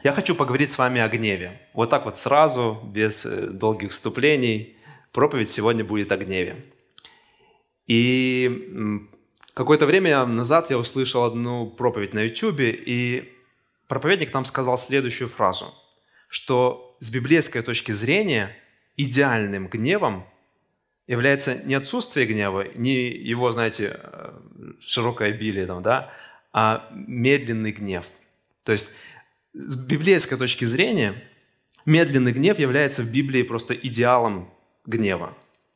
Я хочу поговорить с вами о гневе. Вот так вот сразу, без долгих вступлений. Проповедь сегодня будет о гневе. И какое-то время назад я услышал одну проповедь на YouTube, и проповедник нам сказал следующую фразу, что с библейской точки зрения идеальным гневом является не отсутствие гнева, не его, знаете, широкое обилие, а медленный гнев. То есть с библейской точки зрения медленный гнев является в Библии просто идеалом гнева.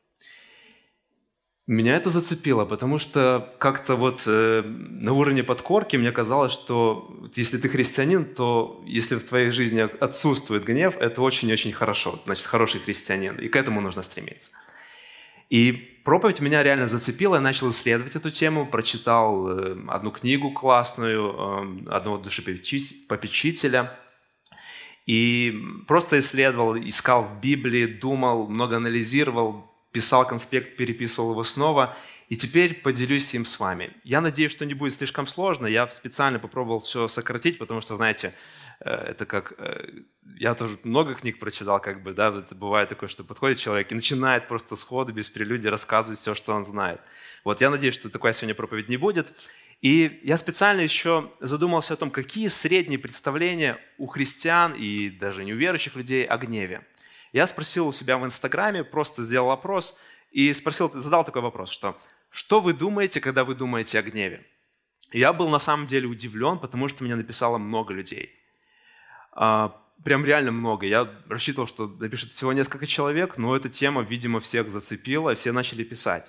Меня это зацепило, потому что как-то на уровне подкорки мне казалось, что если ты христианин, то если в твоей жизни отсутствует гнев, это очень-очень хорошо, значит, хороший христианин, и к этому нужно стремиться. И проповедь меня реально зацепила, я начал исследовать эту тему, прочитал одну книгу классную, одного душепопечителя, и просто исследовал, искал в Библии, думал, много анализировал, писал конспект, переписывал его снова, и теперь поделюсь им с вами. Я надеюсь, что не будет слишком сложно, я специально попробовал все сократить, потому что, знаете, это как... Я тоже много книг прочитал, это бывает такое, что подходит человек и начинает просто сходу, без прелюдии рассказывать все, что он знает. Я надеюсь, что такая сегодня проповедь не будет. И я специально еще задумался о том, какие средние представления у христиан и даже неуверующих людей о гневе. Я спросил у себя в Инстаграме, просто сделал опрос и задал такой вопрос, что вы думаете, когда вы думаете о гневе? И я был на самом деле удивлен, потому что мне написало много людей. Прям реально много. Я рассчитывал, что напишет всего несколько человек, но эта тема, видимо, всех зацепила, и все начали писать.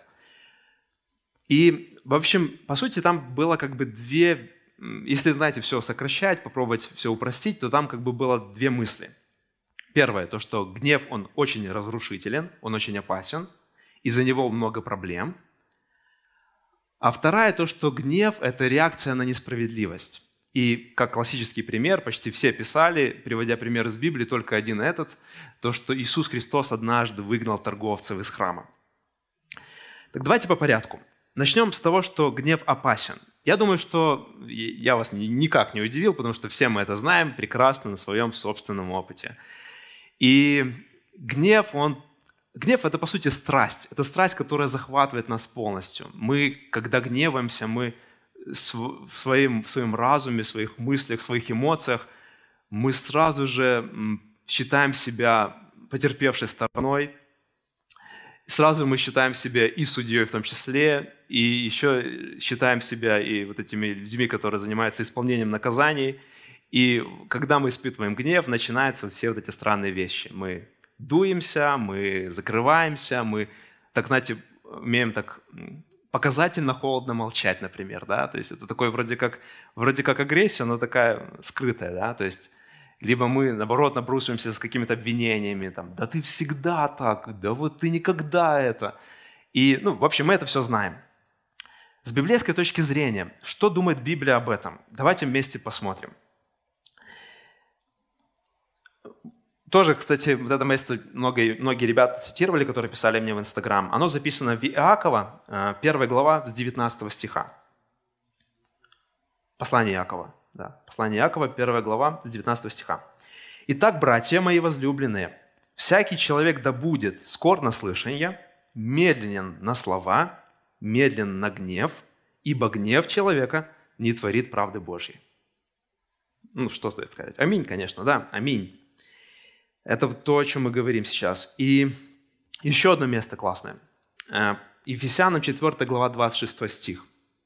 И, в общем, по сути, там было две... Если, знаете, все сокращать, попробовать все упростить, то там было две мысли. Первое, то, что гнев, он очень разрушителен, он очень опасен, из-за него много проблем. А вторая, то, что гнев – это реакция на несправедливость. И как классический пример, почти все писали, приводя пример из Библии, только один этот, то, что Иисус Христос однажды выгнал торговцев из храма. Так давайте по порядку. Начнем с того, что гнев опасен. Я думаю, что я вас никак не удивил, потому что все мы это знаем прекрасно на своем собственном опыте. И гнев – это, по сути, страсть. Это страсть, которая захватывает нас полностью. Мы, когда гневаемся, мы в своем разуме, в своих мыслях, в своих эмоциях, мы сразу же считаем себя потерпевшей стороной, сразу мы считаем себя и судьей в том числе, и еще считаем себя и этими людьми, которые занимаются исполнением наказаний. И когда мы испытываем гнев, начинаются все эти странные вещи. Мы дуемся, мы закрываемся, мы, умеем показательно холодно молчать, например, да, то есть это такое вроде как агрессия, но такая скрытая, да, то есть либо мы, наоборот, набрасываемся с какими-то обвинениями, да ты всегда так, да ты никогда это. И, в общем, мы это все знаем. С библейской точки зрения, что думает Библия об этом? Давайте вместе посмотрим. Тоже, кстати, это место многие ребята цитировали, которые писали мне в Инстаграм. Оно записано в Иакова, 1 глава, с 19 стиха. Послание Иакова. Да, послание Иакова, 1 глава, с 19 стиха. «Итак, братья мои возлюбленные, всякий человек да будет скор на слышание, медленен на слова, медлен на гнев, ибо гнев человека не творит правды Божьей». Что стоит сказать? Аминь, конечно, да, аминь. Это то, о чем мы говорим сейчас. И еще одно место классное. Ефесянам 4 глава, 26 стих.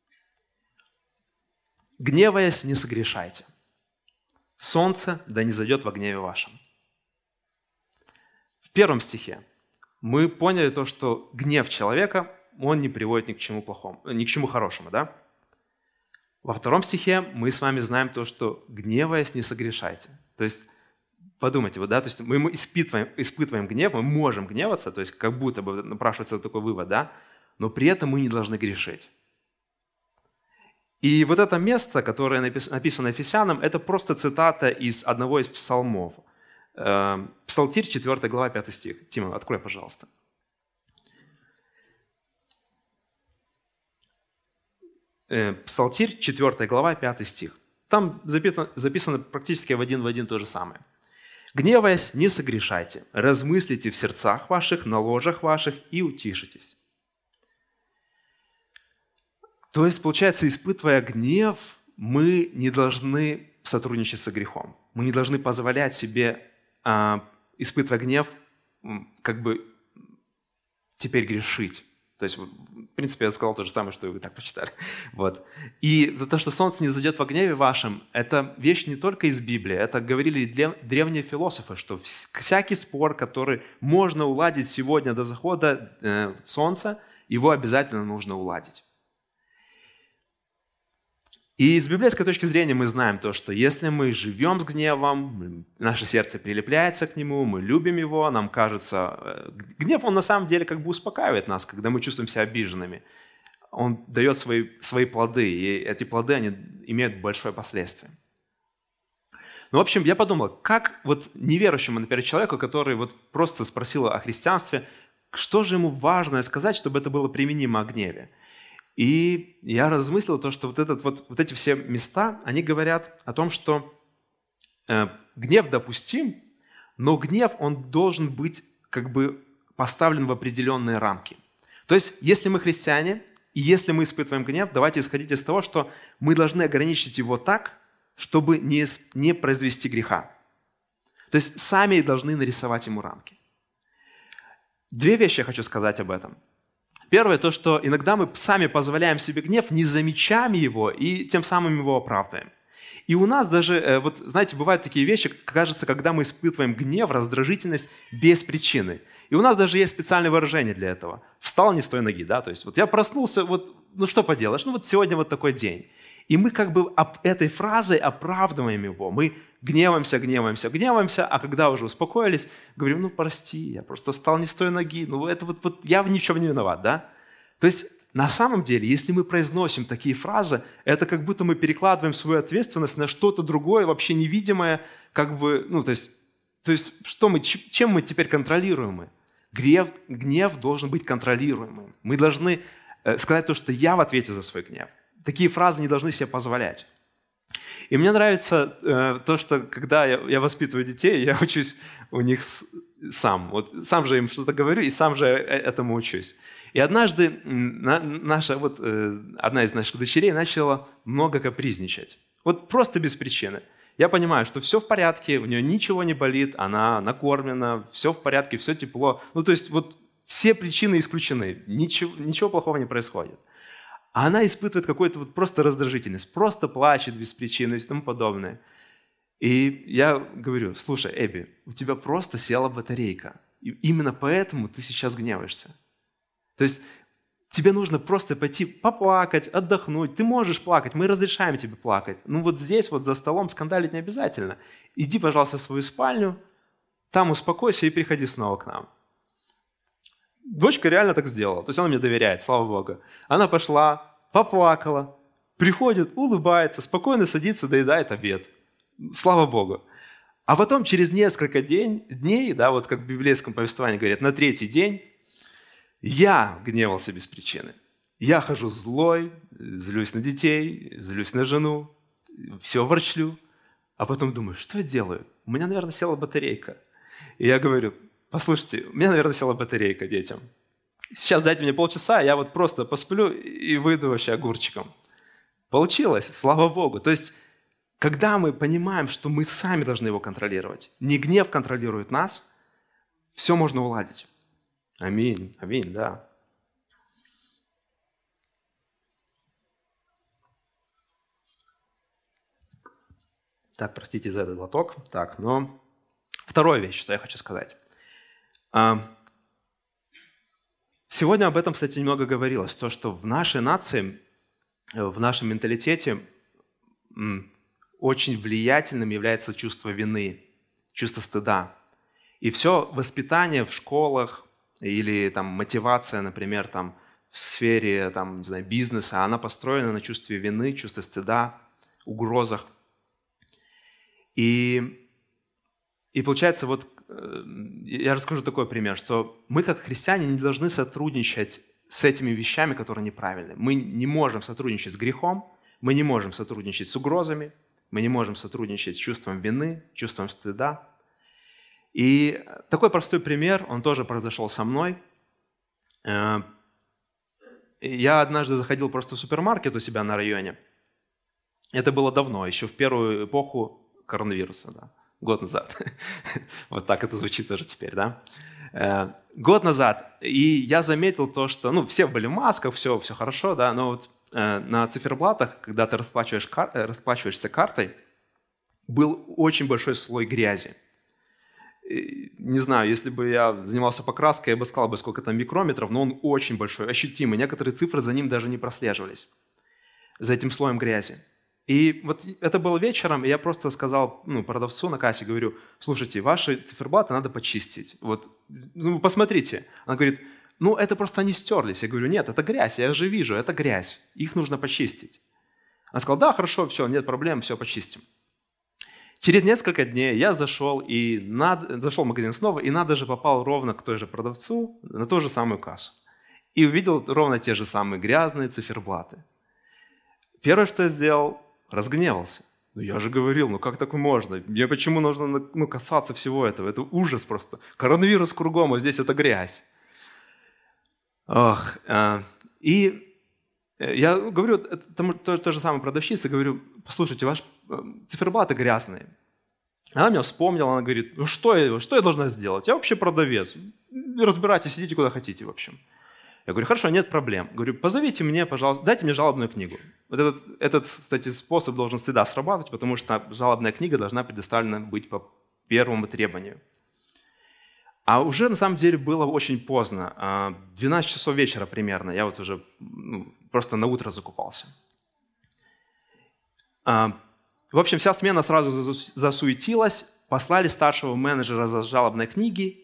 «Гневаясь, не согрешайте. Солнце да не зайдет во гневе вашем». В первом стихе мы поняли то, что гнев человека, он не приводит ни к чему плохому, ни к чему хорошему, да? Во втором стихе мы с вами знаем то, что «гневаясь, не согрешайте». То есть подумайте, то есть мы испытываем гнев, мы можем гневаться, то есть как будто бы напрашивается такой вывод, да, но при этом мы не должны грешить. И это место, которое написано Ефесянам, это просто цитата из одного из псалмов. Псалтирь, 4 глава, 5 стих. Тима, открой, пожалуйста. Псалтирь, 4 глава, 5 стих. там записано практически в один то же самое. «Гневаясь, не согрешайте, размыслите в сердцах ваших, на ложах ваших и утишитесь». То есть, получается, испытывая гнев, мы не должны сотрудничать со грехом. Мы не должны позволять себе, испытывая гнев, как бы теперь грешить. То есть, в принципе, я сказал то же самое, что и вы так прочитали. Вот. И за то, что солнце не зайдет во гневе вашем, это вещь не только из Библии. Это говорили древние философы, что всякий спор, который можно уладить сегодня до захода солнца, его обязательно нужно уладить. И с библейской точки зрения мы знаем то, что если мы живем с гневом, наше сердце прилепляется к нему, мы любим его, нам кажется... Гнев, он на самом деле как бы успокаивает нас, когда мы чувствуем себя обиженными. Он дает свои плоды, и эти плоды, они имеют большое последствие. Ну, в общем, я подумал, как вот неверующему, например, человеку, который вот просто спросил о христианстве, что же ему важно сказать, чтобы это было применимо о гневе. И я размыслил то, что вот эти все места, они говорят о том, что гнев допустим, но гнев, он должен быть как бы поставлен в определенные рамки. То есть, если мы христиане, и если мы испытываем гнев, давайте исходить из того, что мы должны ограничить его так, чтобы не произвести греха. То есть, сами должны нарисовать ему рамки. Две вещи я хочу сказать об этом. Первое, то, что иногда мы сами позволяем себе гнев, не замечаем его и тем самым его оправдываем. И у нас даже, вот знаете, бывают такие вещи, кажется, когда мы испытываем гнев, раздражительность без причины. И у нас даже есть специальное выражение для этого. «Встал не с той ноги», да, то есть вот я проснулся, вот, ну что поделаешь, ну вот сегодня вот такой день. И мы как бы этой фразой оправдываем его. Мы гневаемся, а когда уже успокоились, говорим, ну прости, я просто встал не с той ноги, ну это вот я ни в чем не виноват, да? То есть на самом деле, если мы произносим такие фразы, это как будто мы перекладываем свою ответственность на что-то другое, вообще невидимое, как бы, ну то есть чем мы теперь контролируемы? Гнев должен быть контролируемым. Мы должны сказать то, что я в ответе за свой гнев. Такие фразы не должны себе позволять. И мне нравится то, что когда я воспитываю детей, я учусь у них сам. Вот сам же им что-то говорю и сам же этому учусь. И однажды одна из наших дочерей начала много капризничать. Вот просто без причины. Я понимаю, что все в порядке, у нее ничего не болит, она накормлена, все в порядке, все тепло. Ну, то есть вот все причины исключены, ничего плохого не происходит. А она испытывает какую-то вот просто раздражительность, просто плачет без причины и тому подобное. И я говорю, слушай, Эбби, у тебя просто села батарейка. И именно поэтому ты сейчас гневаешься. То есть тебе нужно просто пойти поплакать, отдохнуть. Ты можешь плакать, мы разрешаем тебе плакать. Ну вот здесь, вот за столом скандалить не обязательно. Иди, пожалуйста, в свою спальню, там успокойся и приходи снова к нам. Дочка реально так сделала. То есть она мне доверяет, слава Богу. Она пошла, поплакала, приходит, улыбается, спокойно садится, доедает обед. Слава Богу. А потом через несколько дней, да, вот как в библейском повествовании говорят, на третий день я гневался без причины. Я хожу злой, злюсь на детей, злюсь на жену, все ворчлю. А потом думаю, что я делаю? У меня, наверное, села батарейка. И я говорю, послушайте, у меня, наверное, села батарейка детям. Сейчас дайте мне полчаса, я вот просто посплю и выйду вообще огурчиком. Получилось, слава Богу. То есть, когда мы понимаем, что мы сами должны его контролировать, не гнев контролирует нас, все можно уладить. Аминь, аминь, да. Так, простите за этот глоток. Так, но вторая вещь, что я хочу сказать. Сегодня об этом, кстати, немного говорилось. То, что в нашей нации, в нашем менталитете очень влиятельным является чувство вины, чувство стыда. И все воспитание в школах или там, мотивация, например, там, в сфере там, не знаю, бизнеса, она построена на чувстве вины, чувстве стыда, угрозах. И получается, вот я расскажу такой пример, что мы, как христиане, не должны сотрудничать с этими вещами, которые неправильны. Мы не можем сотрудничать с грехом, мы не можем сотрудничать с угрозами, Мы не можем сотрудничать с чувством вины, чувством стыда. И такой простой пример, он тоже произошел со мной. Я однажды заходил просто в супермаркет у себя на районе. Это было давно, еще в первую эпоху коронавируса, да, год назад. Вот так это звучит тоже теперь, да. Год назад, и я заметил то, что, все были в масках, все хорошо, да, но вот на циферблатах, когда ты расплачиваешься картой, был очень большой слой грязи. Не знаю, если бы я занимался покраской, я бы сказал, сколько там микрометров, но он очень большой, ощутимый. Некоторые цифры за ним даже не прослеживались, за этим слоем грязи. И вот это было вечером, и я просто сказал продавцу на кассе, говорю, слушайте, ваши циферблаты надо почистить. Вот, посмотрите. Она говорит, это просто они стерлись. Я говорю, нет, это грязь, я же вижу, это грязь, их нужно почистить. Она сказала, да, хорошо, все, нет проблем, все почистим. Через несколько дней я зашел в магазин снова, и надо же попал ровно к той же продавцу на ту же самую кассу. И увидел ровно те же самые грязные циферблаты. Первое, что я сделал, разгневался. Я же говорил, как так можно? Мне почему нужно касаться всего этого? Это ужас просто. Коронавирус кругом, а здесь это грязь. И я говорю, то же самое продавщице, говорю, послушайте, ваши циферблаты грязные. Она меня вспомнила, она говорит, что я должна сделать? Я вообще продавец. Разбирайтесь, идите куда хотите, в общем. Я говорю, хорошо, нет проблем. Говорю, позовите мне, пожалуйста, дайте мне жалобную книгу. Вот этот, кстати, способ должен всегда срабатывать, потому что жалобная книга должна предоставлена быть по первому требованию. А уже на самом деле было очень поздно, 12 часов вечера примерно, я вот уже просто на утро закупался. В общем, вся смена сразу засуетилась, послали старшего менеджера за жалобной книгой,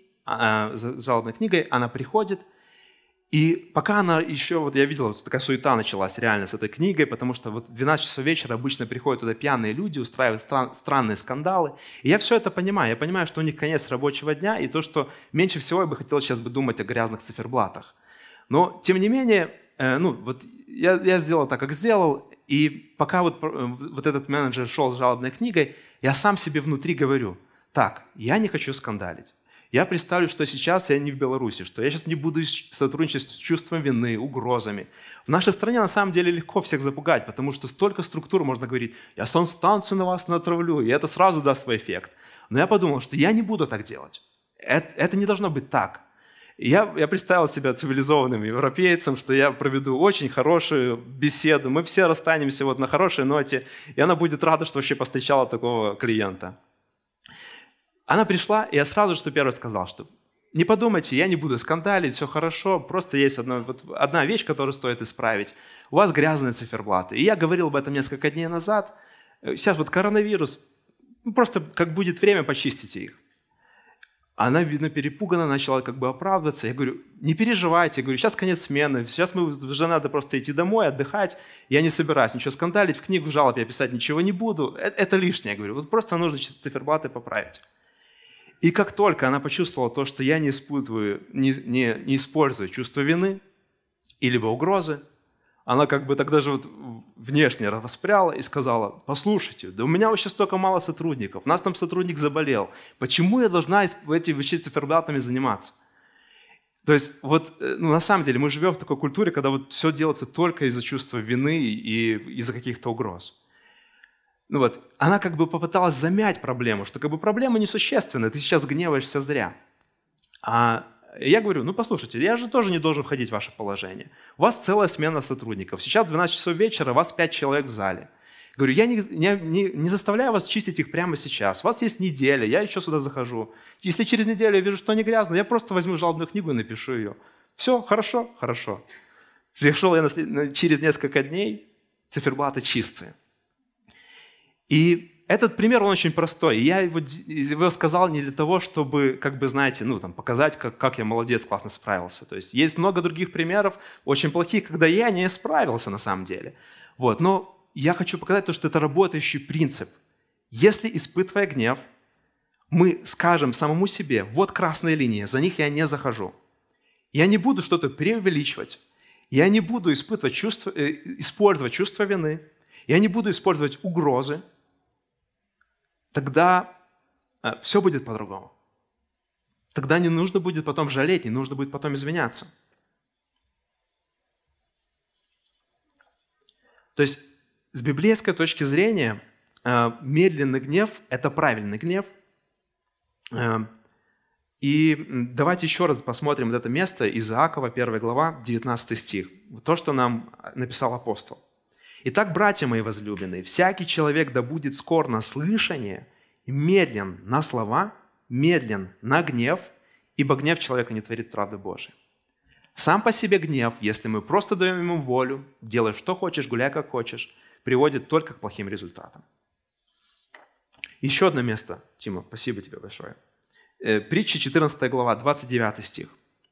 она приходит, и пока она еще, я видел, такая суета началась реально с этой книгой, потому что в 12 часов вечера обычно приходят туда пьяные люди, устраивают странные скандалы. И я все это понимаю. Я понимаю, что у них конец рабочего дня, и то, что меньше всего я бы хотел сейчас думать о грязных циферблатах. Но, тем не менее, я сделал так, как сделал, и пока вот этот менеджер шел с жалобной книгой, я сам себе внутри говорю, так, я не хочу скандалить. Я представлю, что сейчас я не в Беларуси, что я сейчас не буду сотрудничать с чувством вины, угрозами. В нашей стране на самом деле легко всех запугать, потому что столько структур можно говорить, я санстанцию на вас натравлю, и это сразу даст свой эффект. Но я подумал, что я не буду так делать. Это не должно быть так. Я представил себя цивилизованным европейцем, что я проведу очень хорошую беседу, мы все расстанемся на хорошей ноте, и она будет рада, что вообще повстречала такого клиента. Она пришла, и я сразу что первое сказал, что не подумайте, я не буду скандалить, все хорошо, просто есть одна вещь, которую стоит исправить. У вас грязные циферблаты. И я говорил об этом несколько дней назад. Сейчас коронавирус, просто как будет время, почистите их. Она, видно, перепугана, начала оправдываться. Я говорю, не переживайте, я говорю, сейчас конец смены, сейчас уже надо просто идти домой, отдыхать. Я не собираюсь ничего скандалить, в книгу жалоб я писать ничего не буду. Это лишнее, я говорю, просто нужно циферблаты поправить. И как только она почувствовала то, что я не использую чувство вины или угрозы, она тогда же внешне воспряла и сказала, послушайте, да у меня вообще столько мало сотрудников, у нас там сотрудник заболел, почему я должна этими циферблатами заниматься? То есть на самом деле мы живем в такой культуре, когда все делается только из-за чувства вины и из-за каких-то угроз. Она попыталась замять проблему, что проблема несущественная, ты сейчас гневаешься зря. А я говорю, послушайте, я же тоже не должен входить в ваше положение. У вас целая смена сотрудников. Сейчас 12 часов вечера, у вас 5 человек в зале. Говорю, я не заставляю вас чистить их прямо сейчас. У вас есть неделя, я еще сюда захожу. Если через неделю я вижу, что они грязные, я просто возьму жалобную книгу и напишу ее. Все, хорошо, хорошо. Пришел я через несколько дней, циферблаты чистые. И этот пример, он очень простой. И я его сказал не для того, чтобы, показать, как я молодец, классно справился. То есть много других примеров, очень плохих, когда я не справился на самом деле. Но я хочу показать то, что это работающий принцип. Если, испытывая гнев, мы скажем самому себе, вот красные линии, за них я не захожу. Я не буду что-то преувеличивать. Я не буду использовать чувство вины. Я не буду использовать угрозы. тогда все будет по-другому. Тогда не нужно будет потом жалеть, не нужно будет потом извиняться. То есть с библейской точки зрения медленный гнев – это правильный гнев. И давайте еще раз посмотрим вот это место из Иакова, 1 глава, 19 стих. То, что нам написал апостол. «Итак, братья мои возлюбленные, всякий человек да будет скор на слышание, медлен на слова, медлен на гнев, ибо гнев человека не творит правды Божией». Сам по себе гнев, если мы просто даем ему волю, делай что хочешь, гуляй как хочешь, приводит только к плохим результатам. Еще одно место, Тима, спасибо тебе большое. Притча 14 глава, 29 стих.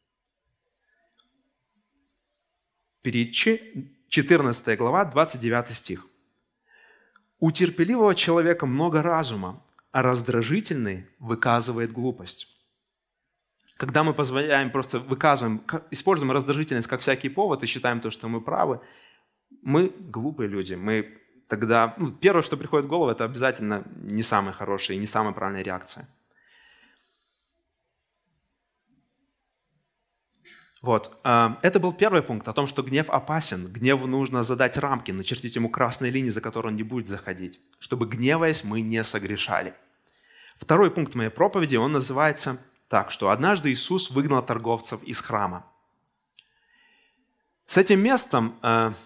Притчи 14 глава, 29 стих. «У терпеливого человека много разума, а раздражительный выказывает глупость». Когда мы позволяем, просто выказываем, используем раздражительность как всякий повод и считаем то, что мы правы, мы глупые люди. Мы тогда, первое, что приходит в голову, это обязательно не самая хорошая и не самая правильная реакция. Вот. Это был первый пункт о том, что гнев опасен. Гневу нужно задать рамки, начертить ему красные линии, за которые он не будет заходить, чтобы, гневаясь, мы не согрешали. Второй пункт моей проповеди, он называется так, что однажды Иисус выгнал торговцев из храма. С этим местом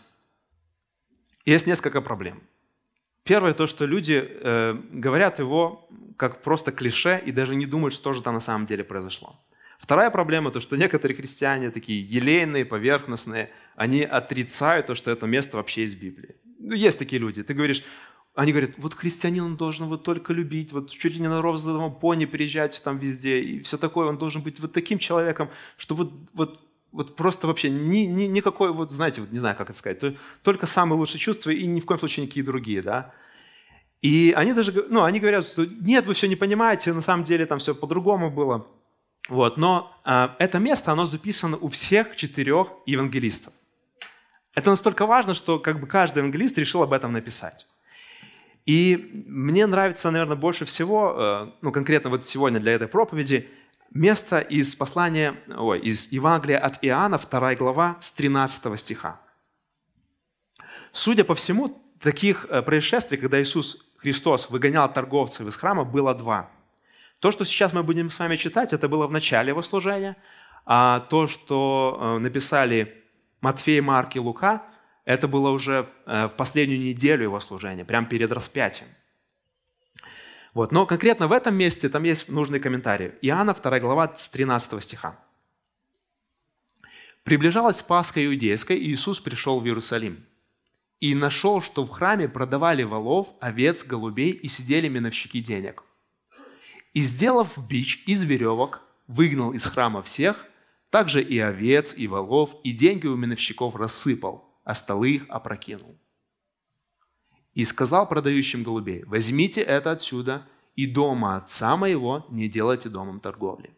есть несколько проблем. Первое, то, что люди говорят его как просто клише и даже не думают, что же там на самом деле произошло. Вторая проблема, то, что некоторые христиане, такие елейные, поверхностные, они отрицают то, что это место вообще есть в Библии. Есть такие люди. Ты говоришь, они говорят, вот христианин, он должен вот только любить, вот чуть ли не на розовом пони приезжать там везде, и все такое, он должен быть вот таким человеком, что вот просто вообще никакой, вот знаете, вот не знаю, как это сказать, только самые лучшие чувства и ни в коем случае никакие другие, да. И они даже, они говорят, что нет, вы все не понимаете, на самом деле там все по-другому было. Вот, но это место, оно записано у всех 4 евангелистов. Это настолько важно, что как бы каждый евангелист решил об этом написать. И мне нравится, наверное, больше всего, конкретно вот сегодня для этой проповеди, место из из Евангелия от Иоанна, 2 глава, с 13 стиха. Судя по всему, таких происшествий, когда Иисус Христос выгонял торговцев из храма, было 2. То, что сейчас мы будем с вами читать, это было в начале его служения, а то, что написали Матфей, Марк и Лука, это было уже в последнюю неделю его служения, прямо перед распятием. Вот. Но конкретно в этом месте там есть нужный комментарий. Иоанна, 2 глава, с 13 стиха. «Приближалась Пасха иудейская, и Иисус пришел в Иерусалим. И нашел, что в храме продавали волов, овец, голубей и сидели миновщики денег. И, сделав бич из веревок, выгнал из храма всех, также и овец, и волов, и деньги у миновщиков рассыпал, а столы их опрокинул. И сказал продающим голубей, возьмите это отсюда, и дома отца моего не делайте домом торговли».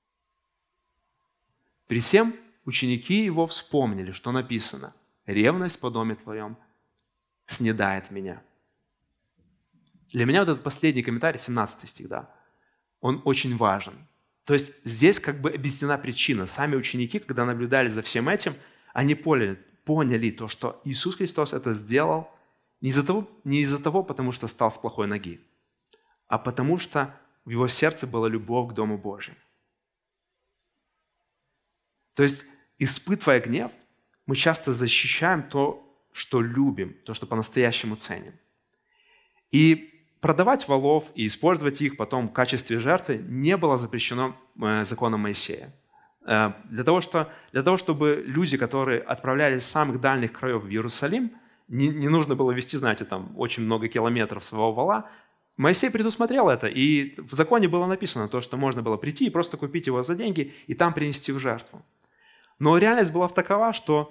При всем ученики его вспомнили, что написано, ревность по доме твоем снедает меня. Для меня вот этот последний комментарий, 17 стих, да, он очень важен. То есть здесь как бы объяснена причина. Сами ученики, когда наблюдали за всем этим, они поняли то, что Иисус Христос это сделал не из-за того, потому что стал с плохой ноги, а потому что в его сердце была любовь к Дому Божьему. То есть, испытывая гнев, мы часто защищаем то, что любим, то, что по-настоящему ценим. И продавать волов и использовать их потом в качестве жертвы не было запрещено законом Моисея. Для того, чтобы люди, которые отправлялись с самых дальних краев в Иерусалим, не нужно было вести, знаете, там очень много километров своего вола. Моисей предусмотрел это, и в законе было написано то, что можно было прийти и просто купить его за деньги и там принести в жертву. Но реальность была такова, что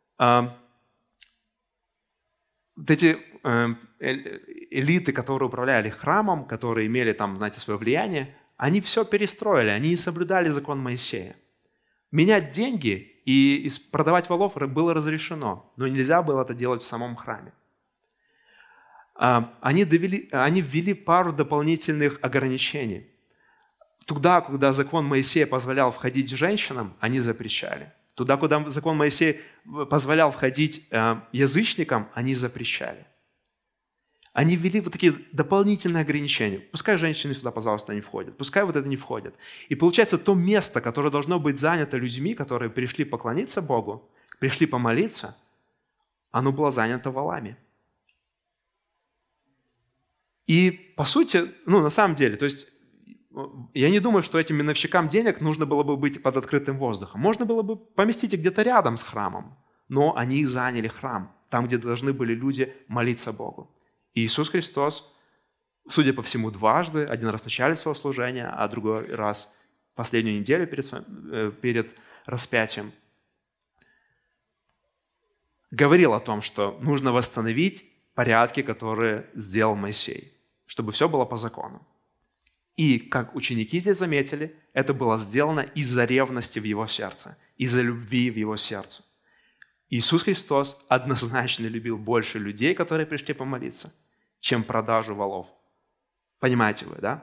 вот эти элиты, которые управляли храмом, которые имели там, знаете, свое влияние, они все перестроили, они не соблюдали закон Моисея. Менять деньги и продавать волов было разрешено, но нельзя было это делать в самом храме. они ввели пару дополнительных ограничений. Туда, куда закон Моисея позволял входить женщинам, они запрещали. Туда, куда закон Моисея позволял входить язычникам, они запрещали. Они ввели вот такие дополнительные ограничения. Пускай женщины сюда, пожалуйста, не входят. Пускай вот это не входит. И получается, то место, которое должно быть занято людьми, которые пришли поклониться Богу, пришли помолиться, оно было занято волами. И по сути, на самом деле, то есть я не думаю, что этим миновщикам денег нужно было бы быть под открытым воздухом. Можно было бы поместить их где-то рядом с храмом, но они заняли храм, там, где должны были люди молиться Богу. И Иисус Христос, судя по всему, дважды, один раз в начале своего служения, а другой раз последнюю неделю перед распятием, говорил о том, что нужно восстановить порядки, которые сделал Моисей, чтобы все было по закону. И, как ученики здесь заметили, это было сделано из-за ревности в его сердце, из-за любви в его сердце. Иисус Христос однозначно любил больше людей, которые пришли помолиться, чем продажу волов. Понимаете вы, да?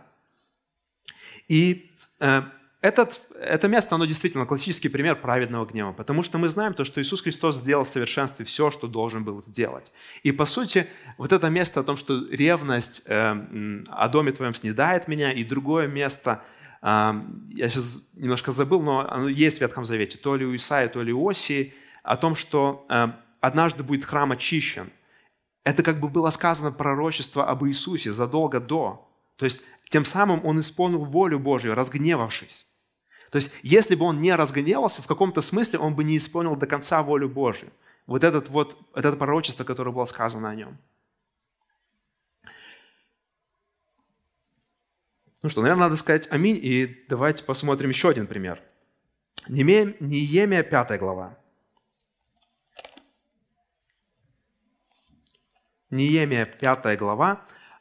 И это место, оно действительно классический пример праведного гнева, потому что мы знаем то, что Иисус Христос сделал в совершенстве все, что должен был сделать. И по сути, вот это место о том, что ревность о доме твоем снедает меня, и другое место, я сейчас немножко забыл, но оно есть в Ветхом Завете, то ли у Исаии, то ли у Осии, о том, что однажды будет храм очищен. Это как бы было сказано пророчество об Иисусе задолго до. То есть тем самым он исполнил волю Божью, разгневавшись. То есть если бы он не разгневался, в каком-то смысле он бы не исполнил до конца волю Божью. Вот это пророчество, которое было сказано о нем. Ну что, наверное, надо сказать аминь, и давайте посмотрим еще один пример. Неемия, 5 глава. Неемия, 5 глава.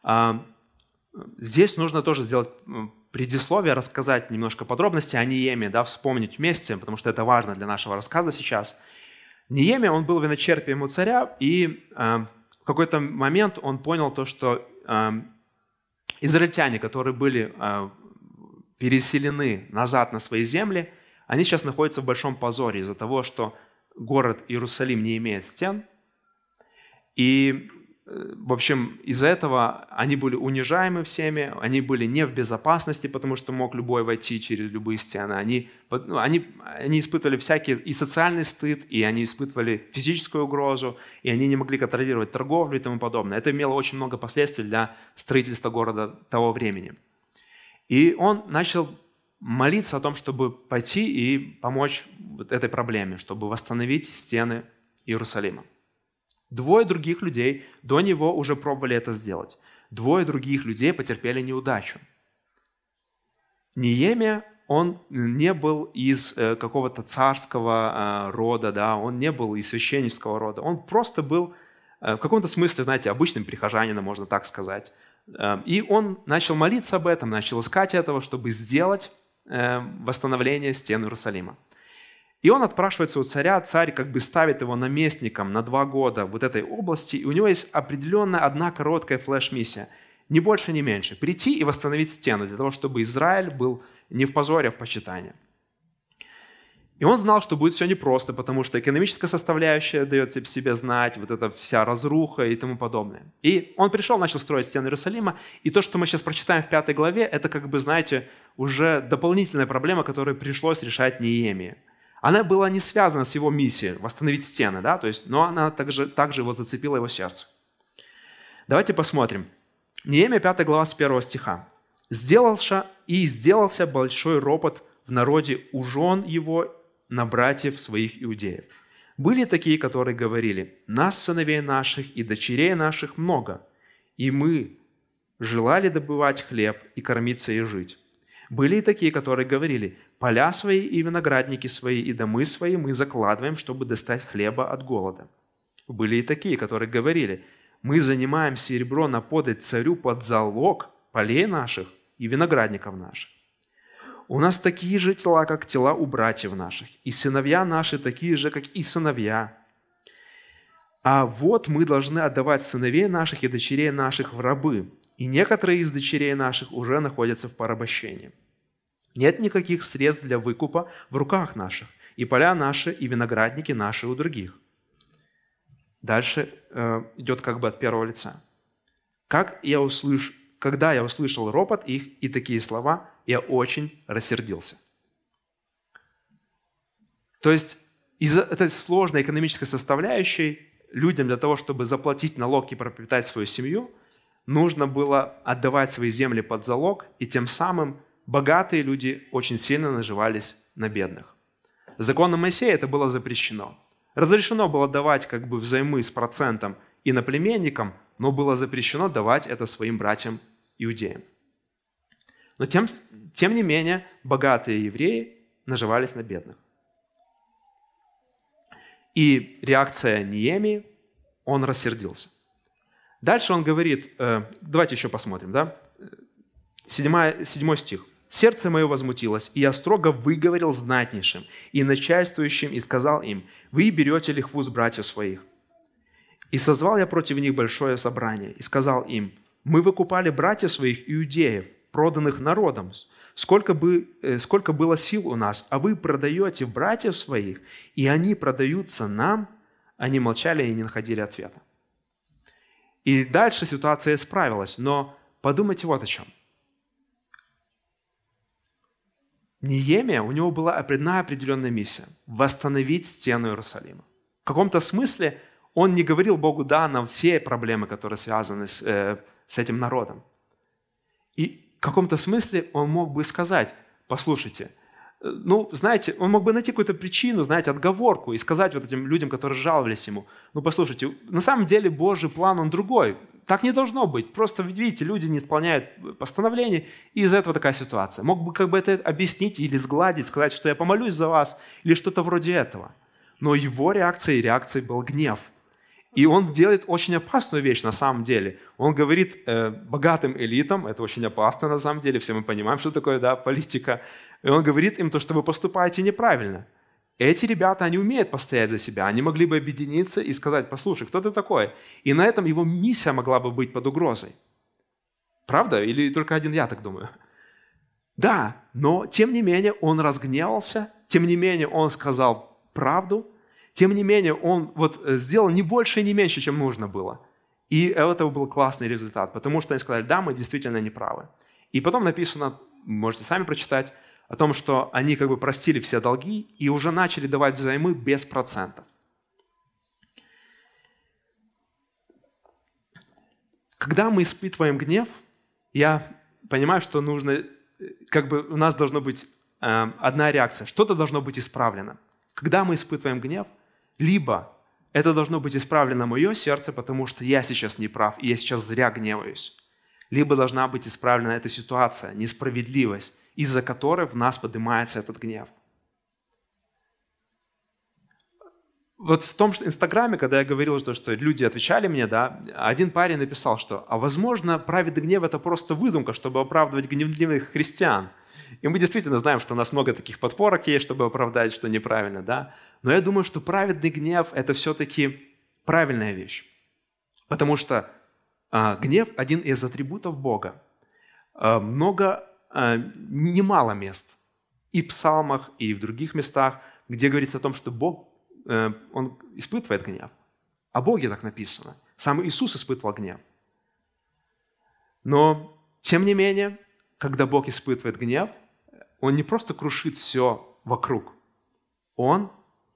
Здесь нужно тоже сделать предисловие, рассказать немножко подробностей о Неемии, вспомнить вместе, потому что это важно для нашего рассказа сейчас. Неемия, он был виночерпием у царя, и в какой-то момент он понял то, что израильтяне, которые были переселены назад на свои земли, они сейчас находятся в большом позоре из-за того, что город Иерусалим не имеет стен, и в общем, из-за этого они были унижаемы всеми, они были не в безопасности, потому что мог любой войти через любые стены. Они испытывали всякий и социальный стыд, и они испытывали физическую угрозу, и они не могли контролировать торговлю и тому подобное. Это имело очень много последствий для строительства города того времени. И он начал молиться о том, чтобы пойти и помочь вот этой проблеме, чтобы восстановить стены Иерусалима. 2 других людей до него уже пробовали это сделать. 2 других людей потерпели неудачу. Неемия, он не был из какого-то царского рода, он не был из священнического рода. Он просто был в каком-то смысле, знаете, обычным прихожанином, можно так сказать. И он начал молиться об этом, начал искать этого, чтобы сделать восстановление стен Иерусалима. И он отпрашивается у царя, царь как бы ставит его наместником на 2 года вот этой области, и у него есть определенная одна короткая флеш-миссия, ни больше, ни меньше, прийти и восстановить стену, для того, чтобы Израиль был не в позоре, а в почитании. И он знал, что будет все непросто, потому что экономическая составляющая дает себе знать, вот эта вся разруха и тому подобное. И он пришел, начал строить стены Иерусалима, и то, что мы сейчас прочитаем в 5 главе, это как бы, знаете, уже дополнительная проблема, которую пришлось решать Неемии. Она была не связана с его миссией восстановить стены, но она также его зацепила его сердце. Давайте посмотрим. Неемия, 5 глава, с 1 стиха. «Сделался большой ропот в народе у жен его на братьев своих иудеев. Были такие, которые говорили: нас, сыновей наших и дочерей наших, много, и мы желали добывать хлеб и кормиться и жить. Были и такие, которые говорили: поля свои и виноградники свои и домы свои мы закладываем, чтобы достать хлеба от голода. Были и такие, которые говорили: мы занимаем серебро на подать царю под залог полей наших и виноградников наших. У нас такие же тела, как тела у братьев наших, и сыновья наши такие же, как и сыновья. А вот мы должны отдавать сыновей наших и дочерей наших в рабы, и некоторые из дочерей наших уже находятся в порабощении. Нет никаких средств для выкупа в руках наших, и поля наши, и виноградники наши у других». Дальше идет как бы от первого лица. Когда я услышал ропот их и такие слова, я очень рассердился. То есть из-за этой сложной экономической составляющей людям для того, чтобы заплатить налог и пропитать свою семью, нужно было отдавать свои земли под залог, и тем самым богатые люди очень сильно наживались на бедных. Законом Моисея это было запрещено. Разрешено было давать как бы взаймы с процентом иноплеменникам, но было запрещено давать это своим братьям-иудеям. Но тем не менее, богатые евреи наживались на бедных. И реакция Неемии, он рассердился. Дальше он говорит, давайте еще посмотрим, да? 7 стих. «Сердце мое возмутилось, и я строго выговорил знатнейшим и начальствующим, и сказал им: вы берете лихву с братьев своих. И созвал я против них большое собрание, и сказал им: мы выкупали братьев своих иудеев, проданных народом, сколько было сил у нас, а вы продаете братьев своих, и они продаются нам». Они молчали и не находили ответа. И дальше ситуация исправилась, но подумайте вот о чем. Неемия, у него была одна определенная миссия – восстановить стену Иерусалима. В каком-то смысле он не говорил Богу «да» на все проблемы, которые связаны с этим народом. И в каком-то смысле он мог бы сказать: послушайте, знаете, он мог бы найти какую-то причину, знаете, отговорку и сказать вот этим людям, которые жаловались ему: послушайте, на самом деле Божий план, он другой. Так не должно быть. Просто, видите, люди не исполняют постановлений, и из-за этого такая ситуация. Мог бы как бы это объяснить или сгладить, сказать, что я помолюсь за вас, или что-то вроде этого. Но его реакцией был гнев. И он делает очень опасную вещь на самом деле. Он говорит богатым элитам, это очень опасно на самом деле, все мы понимаем, что такое, да, политика. И он говорит им то, что вы поступаете неправильно. Эти ребята, они умеют постоять за себя, они могли бы объединиться и сказать: послушай, кто ты такой? И на этом его миссия могла бы быть под угрозой. Правда? Или только один я так думаю? Да, но тем не менее он разгневался, тем не менее он сказал правду, тем не менее он сделал не больше и не меньше, чем нужно было. И это был классный результат, потому что они сказали: да, мы действительно неправы. И потом написано, можете сами прочитать, о том, что они как бы простили все долги и уже начали давать взаймы без процентов. Когда мы испытываем гнев, я понимаю, что у нас должна быть одна реакция, что-то должно быть исправлено. Когда мы испытываем гнев, либо это должно быть исправлено мое сердце, потому что я сейчас не прав, и я сейчас зря гневаюсь, либо должна быть исправлена эта ситуация, несправедливость, из-за которой в нас поднимается этот гнев. Вот в том же Инстаграме, когда я говорил, что люди отвечали мне, да, один парень написал, что возможно, праведный гнев – это просто выдумка, чтобы оправдывать гневных христиан. И мы действительно знаем, что у нас много таких подпорок есть, чтобы оправдать, что неправильно, да. Но я думаю, что праведный гнев – это все-таки правильная вещь. Потому что гнев – один из атрибутов Бога. Немало мест и в псалмах, и в других местах, где говорится о том, что Бог, Он испытывает гнев. О Боге так написано. Сам Иисус испытывал гнев. Но, тем не менее, когда Бог испытывает гнев, Он не просто крушит все вокруг. Он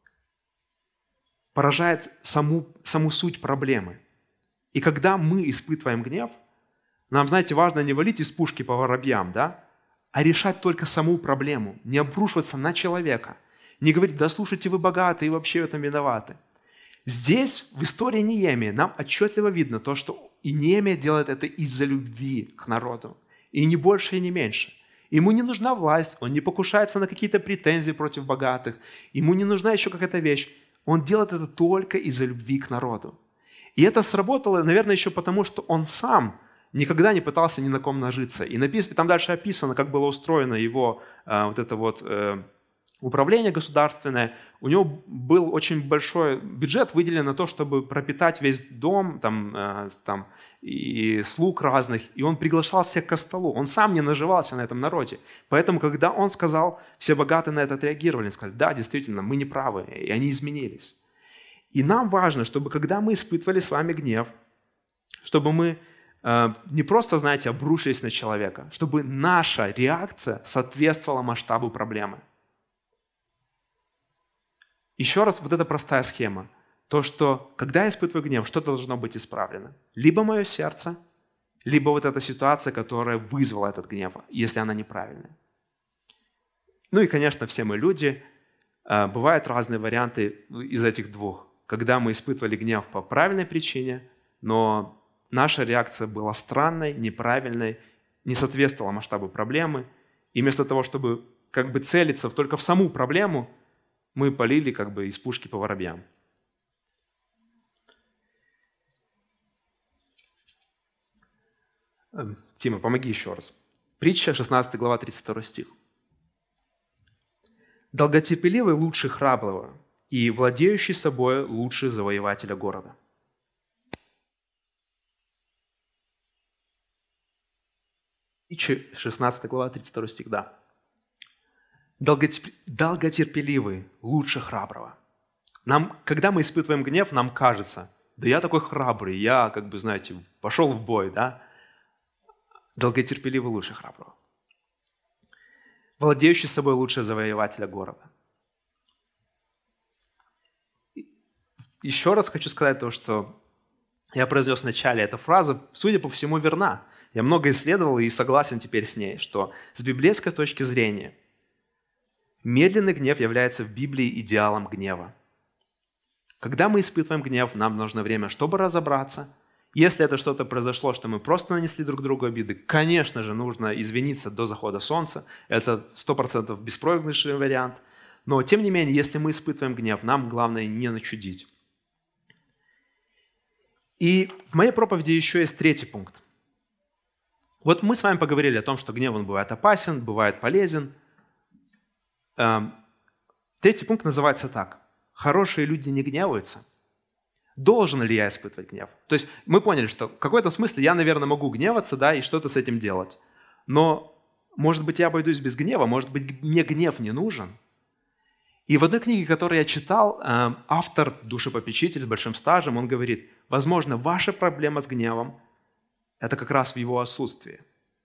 поражает саму суть проблемы. И когда мы испытываем гнев, нам, знаете, важно не валить из пушки по воробьям, да? А решать только саму проблему, не обрушиваться на человека, не говорить: да слушайте, вы богаты и вообще в этом виноваты. Здесь, в истории Неемии, нам отчетливо видно то, что и Неемия делает это из-за любви к народу, и не больше, и не меньше. Ему не нужна власть, он не покушается на какие-то претензии против богатых, ему не нужна еще какая-то вещь. Он делает это только из-за любви к народу. И это сработало, наверное, еще потому, что он сам никогда не пытался ни на ком нажиться. И там дальше описано, как было устроено его управление государственное, у него был очень большой бюджет выделен на то, чтобы пропитать весь дом и слуг разных, и он приглашал всех ко столу. Он сам не наживался на этом народе. Поэтому, когда он сказал, все богатые на это отреагировали, сказали, да, действительно, мы не правы, и они изменились. И нам важно, чтобы когда мы испытывали с вами гнев, чтобы мы не просто, знаете, обрушились на человека, чтобы наша реакция соответствовала масштабу проблемы. Еще раз, вот эта простая схема. То, что когда я испытываю гнев, что должно быть исправлено? Либо мое сердце, либо вот эта ситуация, которая вызвала этот гнев, если она неправильная. Ну и, конечно, все мы люди. Бывают разные варианты из этих двух. Когда мы испытывали гнев по правильной причине, но наша реакция была странной, неправильной, не соответствовала масштабу проблемы. И вместо того, чтобы как бы целиться только в саму проблему, мы полили как бы из пушки по воробьям. Тима, помоги еще раз. Притча, 16 глава, 32 стих. «Долготерпеливый лучше храброго, и владеющий собой лучше завоевателя города». Притча, 16 глава, 32 стих, да. Долготерпеливый лучше храброго. Когда мы испытываем гнев, нам кажется, да я такой храбрый, я, как бы, знаете, пошел в бой, да? Долготерпеливый лучше храброго. Владеющий собой лучше завоевателя города. Еще раз хочу сказать то, что я произнес в начале. Эта фраза, судя по всему, верна. Я много исследовал и согласен теперь с ней, что с библейской точки зрения медленный гнев является в Библии идеалом гнева. Когда мы испытываем гнев, нам нужно время, чтобы разобраться. Если это что-то произошло, что мы просто нанесли друг другу обиды, конечно же, нужно извиниться до захода солнца. Это 100% беспроигрышный вариант. Но, тем не менее, если мы испытываем гнев, нам главное не начудить. И в моей проповеди еще есть третий пункт. Вот мы с вами поговорили о том, что гнев он бывает опасен, бывает полезен. Третий пункт называется так. Хорошие люди не гневаются. Должен ли я испытывать гнев? То есть мы поняли, что в какой-то смысле я, наверное, могу гневаться, да, и что-то с этим делать. Но, может быть, я обойдусь без гнева, может быть, мне гнев не нужен. И в одной книге, которую я читал, автор, душепопечитель с большим стажем, он говорит, возможно, ваша проблема с гневом – это как раз в его отсутствии.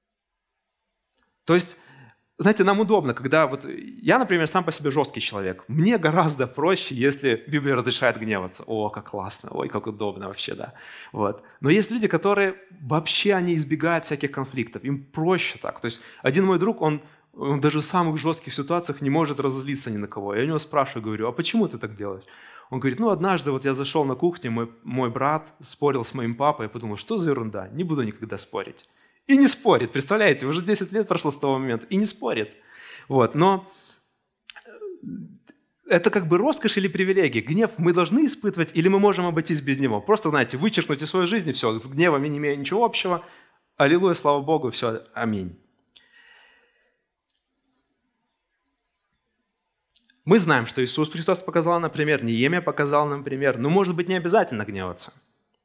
То есть, знаете, нам удобно, когда вот я, например, сам по себе жесткий человек. Мне гораздо проще, если Библия разрешает гневаться. О, как классно, ой, как удобно вообще, да. Вот. Но есть люди, которые вообще они избегают всяких конфликтов. Им проще так. То есть один мой друг, он даже в самых жестких ситуациях не может разозлиться ни на кого. Я у него спрашиваю, говорю, а почему ты так делаешь? Он говорит, однажды вот я зашел на кухню, мой брат спорил с моим папой, я подумал, что за ерунда, не буду никогда спорить. И не спорит, представляете, уже 10 лет прошло с того момента, и не спорит. Вот. Но это как бы роскошь или привилегия. Гнев мы должны испытывать или мы можем обойтись без него? Просто, знаете, вычеркнуть из своей жизни, все, с гневом я не имею ничего общего, аллилуйя, слава Богу, все, аминь. Мы знаем, что Иисус Христос показал нам пример, Неемия показал нам пример, но, может быть, не обязательно гневаться.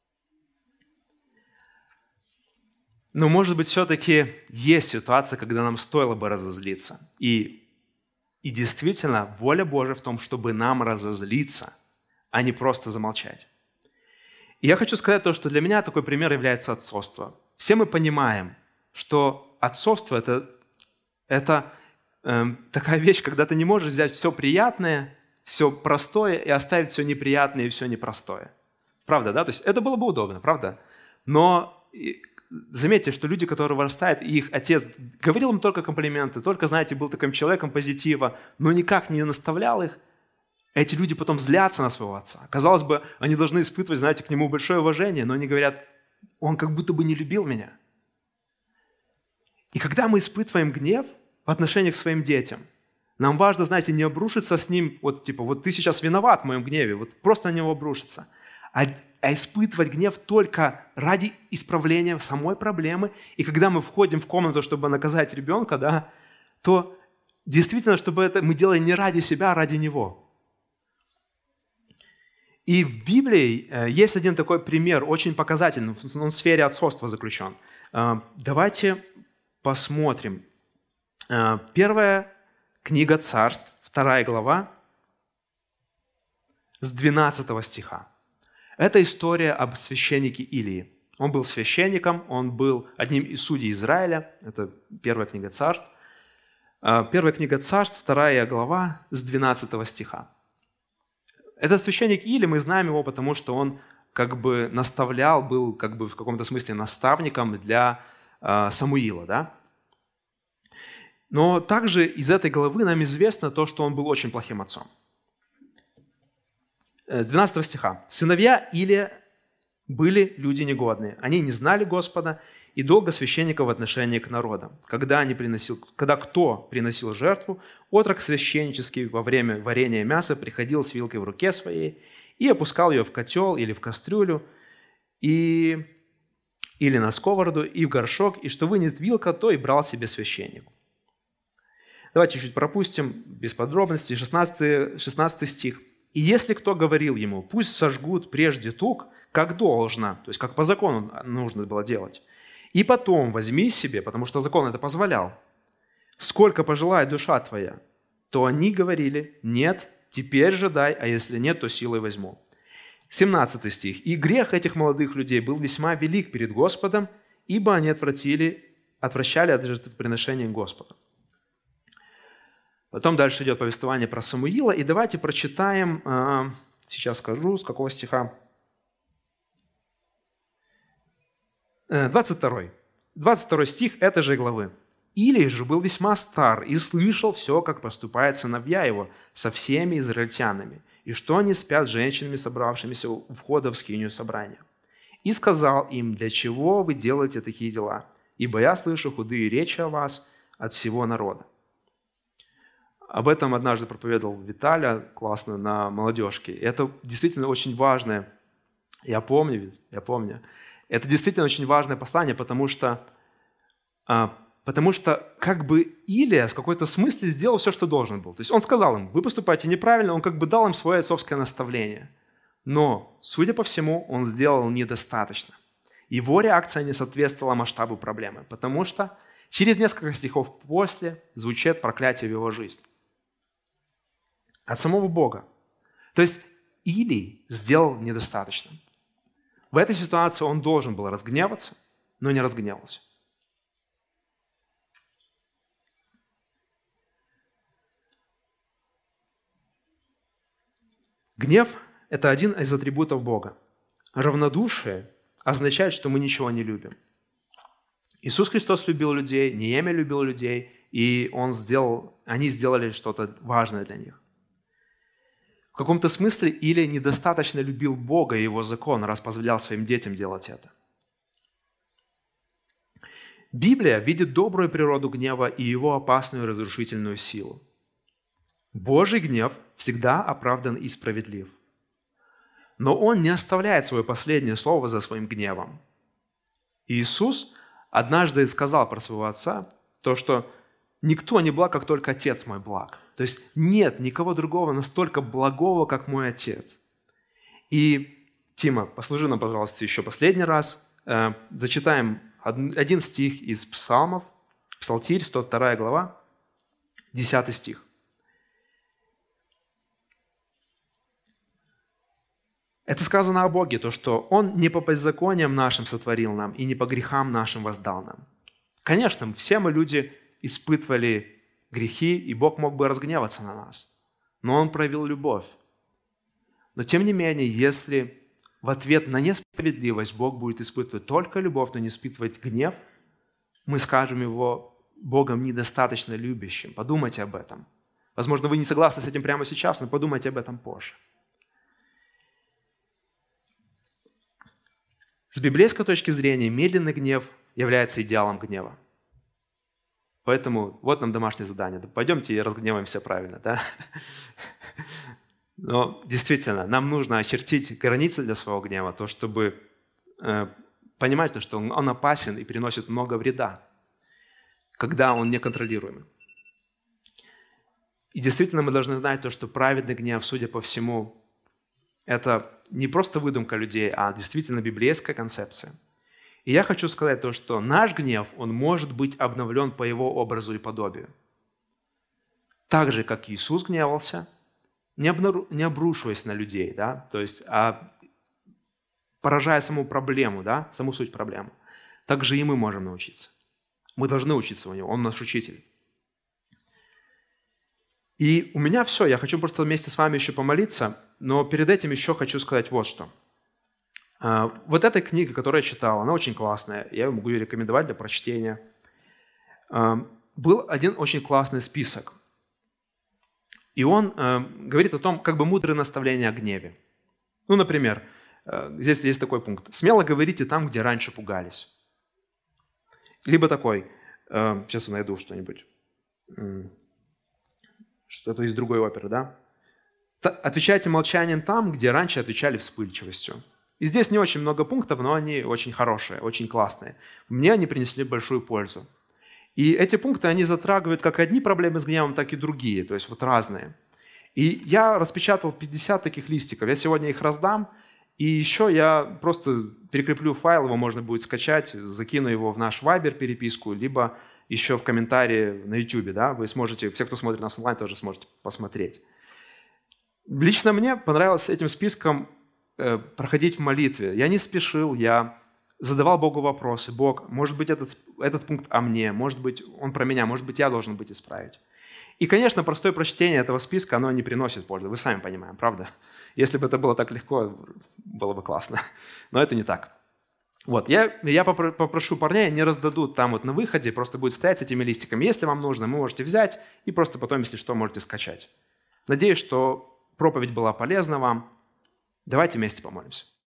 Но, может быть, все-таки есть ситуация, когда нам стоило бы разозлиться. И действительно, воля Божия в том, чтобы нам разозлиться, а не просто замолчать. И я хочу сказать то, что для меня такой пример является отцовство. Все мы понимаем, что отцовство – это такая вещь, когда ты не можешь взять все приятное, все простое и оставить все неприятное и все непростое. Правда, да? То есть это было бы удобно, правда? Но заметьте, что люди, которые вырастают, и их отец говорил им только комплименты, только, знаете, был таким человеком позитива, но никак не наставлял их, эти люди потом злятся на своего отца. Казалось бы, они должны испытывать, знаете, к нему большое уважение, но они говорят, он как будто бы не любил меня. И когда мы испытываем гнев в отношении к своим детям, нам важно, знаете, не обрушиться с ним, вот ты сейчас виноват в моем гневе, вот просто на него обрушиться, а испытывать гнев только ради исправления самой проблемы. И когда мы входим в комнату, чтобы наказать ребенка, да, то действительно, чтобы это мы делали не ради себя, а ради Него. И в Библии есть один такой пример, очень показательный, он в сфере отцовства заключен. Давайте посмотрим. Первая книга Царств, 2 глава, с 12 стиха. Это история об священнике Илии. Он был священником, он был одним из судей Израиля. Это первая книга Царств. Первая книга Царств, 2 глава, с 12 стиха. Этот священник Или, мы знаем его, потому что он как бы наставлял, был как бы в каком-то смысле наставником для Самуила. Да? Но также из этой главы нам известно то, что он был очень плохим отцом. С 12 стиха. «Сыновья Илия были люди негодные. Они не знали Господа и долго священника в отношении к народам. Когда кто приносил жертву, отрок священнический во время варения мяса приходил с вилкой в руке своей и опускал ее в котел или в кастрюлю, или на сковороду, и в горшок, и что вынет вилка, то и брал себе священник». Давайте чуть пропустим, без подробностей, 16 стих. «И если кто говорил ему, пусть сожгут прежде тук, как должно», то есть как по закону нужно было делать, «и потом возьми себе, потому что закон это позволял, сколько пожелает душа твоя», то они говорили: «Нет, теперь же дай, а если нет, то силой возьму». 17 стих. «И грех этих молодых людей был весьма велик перед Господом, ибо они отвращали от жертвоприношения Господу». Потом дальше идет повествование про Самуила, и давайте прочитаем, сейчас скажу, с какого стиха. 22. 22 стих этой же главы. «Илий же был весьма стар и слышал все, как поступают сыновья его со всеми израильтянами, и что они спят с женщинами, собравшимися у входа в скинию собрания. И сказал им: для чего вы делаете такие дела? Ибо я слышу худые речи о вас от всего народа». Об этом однажды проповедовал Виталя классно на молодежке. Это действительно очень важное, я помню. Это действительно очень важное послание, потому что как бы Илия в какой-то смысле сделал все, что должен был. То есть он сказал им: вы поступаете неправильно, он как бы дал им свое отцовское наставление. Но, судя по всему, он сделал недостаточно. Его реакция не соответствовала масштабу проблемы, потому что через несколько стихов после звучит проклятие в его жизнь. От самого Бога. То есть Илий сделал недостаточно. В этой ситуации он должен был разгневаться, но не разгневался. Гнев – это один из атрибутов Бога. Равнодушие означает, что мы ничего не любим. Иисус Христос любил людей, Неемия любил людей, и они сделали что-то важное для них. В каком-то смысле Илия недостаточно любил Бога и Его закон, раз позволял своим детям делать это. Библия видит добрую природу гнева и его опасную разрушительную силу. Божий гнев всегда оправдан и справедлив. Но Он не оставляет свое последнее слово за своим гневом. Иисус однажды сказал про своего Отца то, что «никто не благ, как только Отец мой благ». То есть нет никого другого настолько благого, как мой Отец. И, Тима, послужи нам, пожалуйста, еще последний раз. Зачитаем один стих из Псалмов, Псалтирь, 102 глава, 10 стих. Это сказано о Боге, то, что Он не по беззакониям нашим сотворил нам и не по грехам нашим воздал нам. Конечно, все мы люди испытывали грехи, и Бог мог бы разгневаться на нас. Но Он проявил любовь. Но тем не менее, если в ответ на несправедливость Бог будет испытывать только любовь, но не испытывать гнев, мы скажем Его Богом недостаточно любящим. Подумайте об этом. Возможно, вы не согласны с этим прямо сейчас, но подумайте об этом позже. С библейской точки зрения медленный гнев является идеалом гнева. Поэтому вот нам домашнее задание. Пойдемте и разгневаемся правильно. Да? Но действительно, нам нужно очертить границы для своего гнева, то, чтобы понимать, что он опасен и приносит много вреда, когда он неконтролируемый. И действительно мы должны знать то, что праведный гнев, судя по всему, это не просто выдумка людей, а действительно библейская концепция. И я хочу сказать то, что наш гнев, он может быть обновлен по его образу и подобию. Так же, как Иисус гневался, не обрушиваясь на людей, да? То есть, поражая саму проблему, да? Саму суть проблемы. Так же и мы можем научиться. Мы должны учиться у него, он наш учитель. И у меня все, я хочу просто вместе с вами еще помолиться, но перед этим еще хочу сказать вот что. Вот эта книга, которую я читал, она очень классная, я могу ее рекомендовать для прочтения. Был один очень классный список. И он говорит о том, как бы мудрые наставления о гневе. Ну, например, здесь есть такой пункт. «Смело говорите там, где раньше пугались». Либо такой, сейчас я найду что-нибудь, что-то из другой оперы, да? «Отвечайте молчанием там, где раньше отвечали вспыльчивостью». И здесь не очень много пунктов, но они очень хорошие, очень классные. Мне они принесли большую пользу. И эти пункты, они затрагивают как одни проблемы с гневом, так и другие, то есть вот разные. И я распечатал 50 таких листиков, я сегодня их раздам, и еще я просто перекреплю файл, его можно будет скачать, закину его в наш Viber переписку, либо еще в комментарии на YouTube, да, вы сможете, все, кто смотрит нас онлайн, тоже сможете посмотреть. Лично мне понравилось этим списком проходить в молитве. Я не спешил, я задавал Богу вопросы. Бог, может быть, этот пункт о мне, может быть, он про меня, может быть, я должен быть исправить. И, конечно, простое прочтение этого списка, оно не приносит пользы. Вы сами понимаете, правда? Если бы это было так легко, было бы классно. Но это не так. Вот, я попрошу парней, они раздадут там вот на выходе, просто будет стоять с этими листиками. Если вам нужно, вы можете взять и просто потом, если что, можете скачать. Надеюсь, что проповедь была полезна вам. Давайте вместе помолимся.